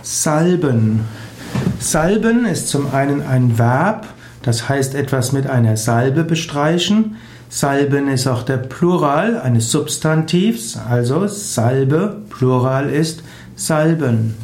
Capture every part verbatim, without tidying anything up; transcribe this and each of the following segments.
Salben. Salben ist zum einen ein Verb, das heißt etwas mit einer Salbe bestreichen. Salben ist auch der Plural eines Substantivs, also Salbe, Plural ist Salben.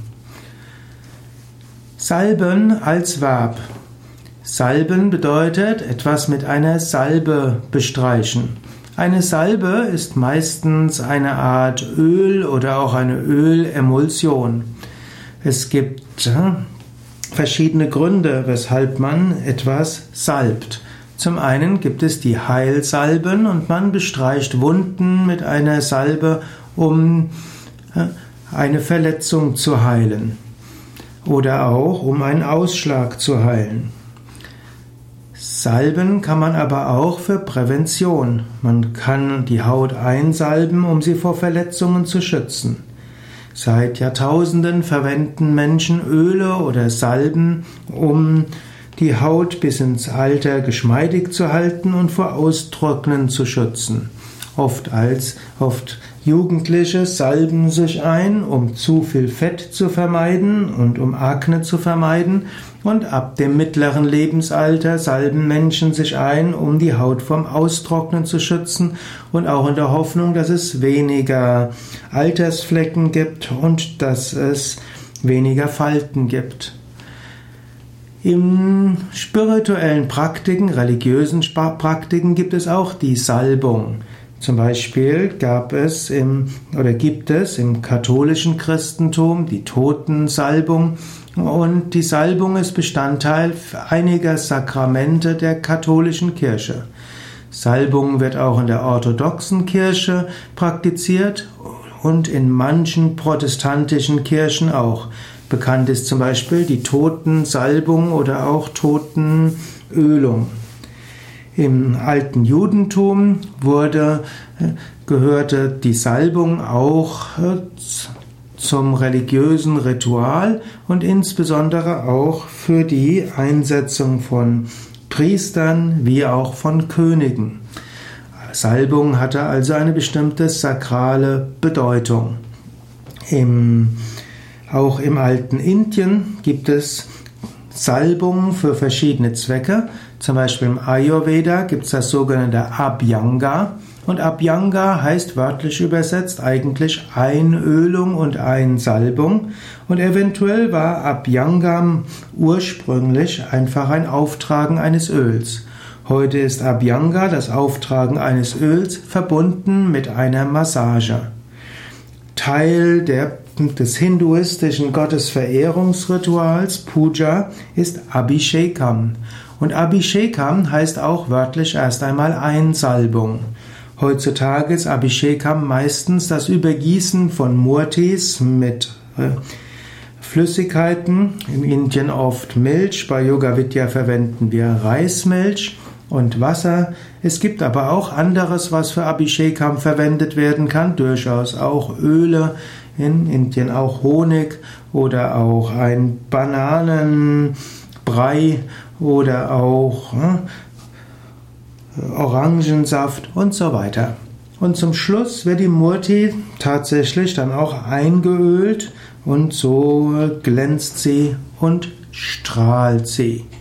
Salben als Verb. Salben bedeutet etwas mit einer Salbe bestreichen. Eine Salbe ist meistens eine Art Öl oder auch eine Ölemulsion. Es gibt verschiedene Gründe, weshalb man etwas salbt. Zum einen gibt es die Heilsalben und man bestreicht Wunden mit einer Salbe, um eine Verletzung zu heilen oder auch um einen Ausschlag zu heilen. Salben kann man aber auch für Prävention. Man kann die Haut einsalben, um sie vor Verletzungen zu schützen. Seit Jahrtausenden verwenden Menschen Öle oder Salben, um die Haut bis ins Alter geschmeidig zu halten und vor Austrocknen zu schützen. Oft als oft Jugendliche salben sich ein, um zu viel Fett zu vermeiden und um Akne zu vermeiden, und ab dem mittleren Lebensalter salben Menschen sich ein, um die Haut vom Austrocknen zu schützen und auch in der Hoffnung, dass es weniger Altersflecken gibt und dass es weniger Falten gibt. In spirituellen Praktiken, religiösen Praktiken gibt es auch die Salbung. Zum Beispiel gab es im, oder gibt es im katholischen Christentum die Totensalbung, und die Salbung ist Bestandteil einiger Sakramente der katholischen Kirche. Salbung wird auch in der orthodoxen Kirche praktiziert und in manchen protestantischen Kirchen auch. Bekannt ist zum Beispiel die Totensalbung oder auch Totenölung. Im alten Judentum wurde, gehörte die Salbung auch zum religiösen Ritual und insbesondere auch für die Einsetzung von Priestern wie auch von Königen. Salbung hatte also eine bestimmte sakrale Bedeutung. Im, auch im alten Indien gibt es Salbung für verschiedene Zwecke. Zum Beispiel im Ayurveda gibt es das sogenannte Abhyanga. Und Abhyanga heißt wörtlich übersetzt eigentlich Einölung und Einsalbung. Und eventuell war Abhyanga ursprünglich einfach ein Auftragen eines Öls. Heute ist Abhyanga, das Auftragen eines Öls, verbunden mit einer Massage. Teil der, des hinduistischen Gottesverehrungsrituals Puja ist Abhishekam. Und Abhishekam heißt auch wörtlich erst einmal Einsalbung. Heutzutage ist Abhishekam meistens das Übergießen von Murtis mit äh, Flüssigkeiten. In Indien oft Milch, bei Yoga Vidya verwenden wir Reismilch und Wasser. Es gibt aber auch anderes, was für Abhishekam verwendet werden kann, durchaus auch Öle, in Indien auch Honig oder auch ein Bananenbrei oder auch äh, Orangensaft und so weiter. Und zum Schluss wird die Murti tatsächlich dann auch eingeölt und so glänzt sie und strahlt sie.